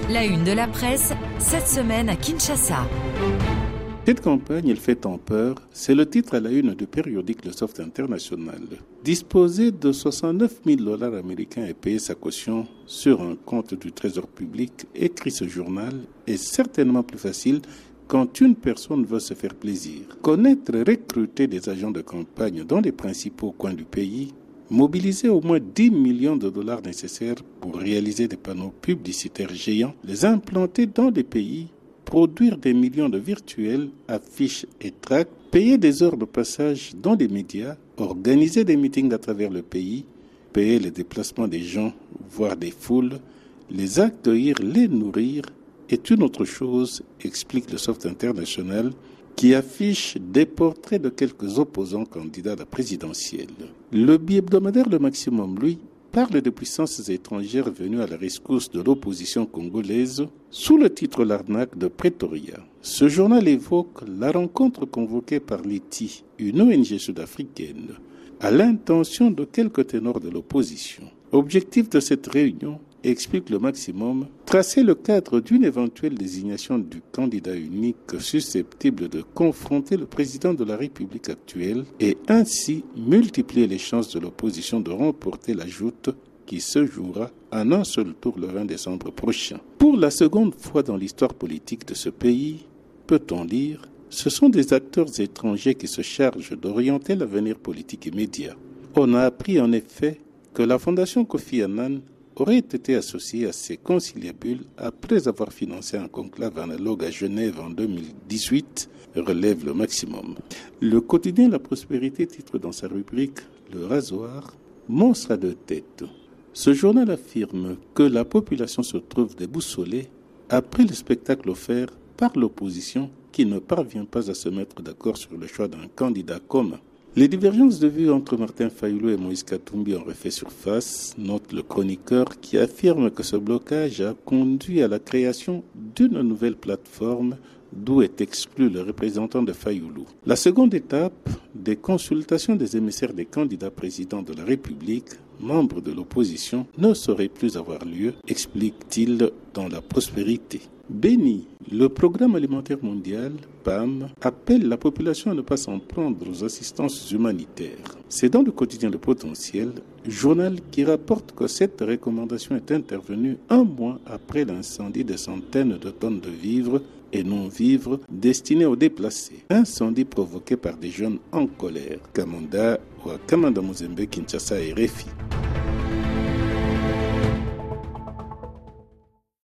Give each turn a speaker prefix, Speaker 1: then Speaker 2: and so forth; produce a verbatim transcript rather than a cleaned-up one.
Speaker 1: La une de la presse, cette semaine à Kinshasa.
Speaker 2: Cette campagne, elle fait tant peur, c'est le titre à la une du périodique Le Soft International. Disposer de soixante-neuf mille dollars américains et payer sa caution sur un compte du Trésor public, écrit ce journal, est certainement plus facile quand une personne veut se faire plaisir. Connaître et recruter des agents de campagne dans les principaux coins du pays, mobiliser au moins dix millions de dollars nécessaires pour réaliser des panneaux publicitaires géants, les implanter dans les pays, produire des millions de virtuels, affiches et tracts, payer des heures de passage dans les médias, organiser des meetings à travers le pays, payer les déplacements des gens, voire des foules, les accueillir, les nourrir, est une autre chose, explique le Soft International, qui affiche des portraits de quelques opposants candidats à la présidentielle. Le bi-hebdomadaire Le Maximum, lui, parle de puissances étrangères venues à la rescousse de l'opposition congolaise sous le titre L'arnaque de Pretoria. Ce journal évoque la rencontre convoquée par l'I T I, une O N G sud-africaine, à l'intention de quelques ténors de l'opposition. Objectif de cette réunion, explique Le Maximum, tracer le cadre d'une éventuelle désignation du candidat unique susceptible de confronter le président de la République actuelle et ainsi multiplier les chances de l'opposition de remporter la joute qui se jouera en un seul tour le vingt décembre prochain. Pour la seconde fois dans l'histoire politique de ce pays, peut-on lire, ce sont des acteurs étrangers qui se chargent d'orienter l'avenir politique immédiat. On a appris en effet que la Fondation Kofi Annan aurait été associé à ces conciliabules après avoir financé un conclave analogue à Genève en deux mille dix-huit, relève Le Maximum. Le quotidien La Prospérité titre dans sa rubrique « Le rasoir, monstre à deux têtes ». Ce journal affirme que la population se trouve déboussolée après le spectacle offert par l'opposition qui ne parvient pas à se mettre d'accord sur le choix d'un candidat commun. Les divergences de vues entre Martin Fayulu et Moïse Katumbi ont refait surface, note le chroniqueur qui affirme que ce blocage a conduit à la création d'une nouvelle plateforme d'où est exclu le représentant de Fayulu. La seconde étape des consultations des émissaires des candidats présidents de la République, membres de l'opposition, ne saurait plus avoir lieu, explique-t-il dans La Prospérité. Béni, le Programme alimentaire mondial, P A M, appelle la population à ne pas s'en prendre aux assistances humanitaires. C'est dans le quotidien Le Potentiel, journal qui rapporte que cette recommandation est intervenue un mois après l'incendie de centaines de tonnes de vivres et non-vivres destinés aux déplacés. Incendie provoqué par des jeunes en colère. Kamanda ou à Kamanda Muzembe, Kinshasa et Refi.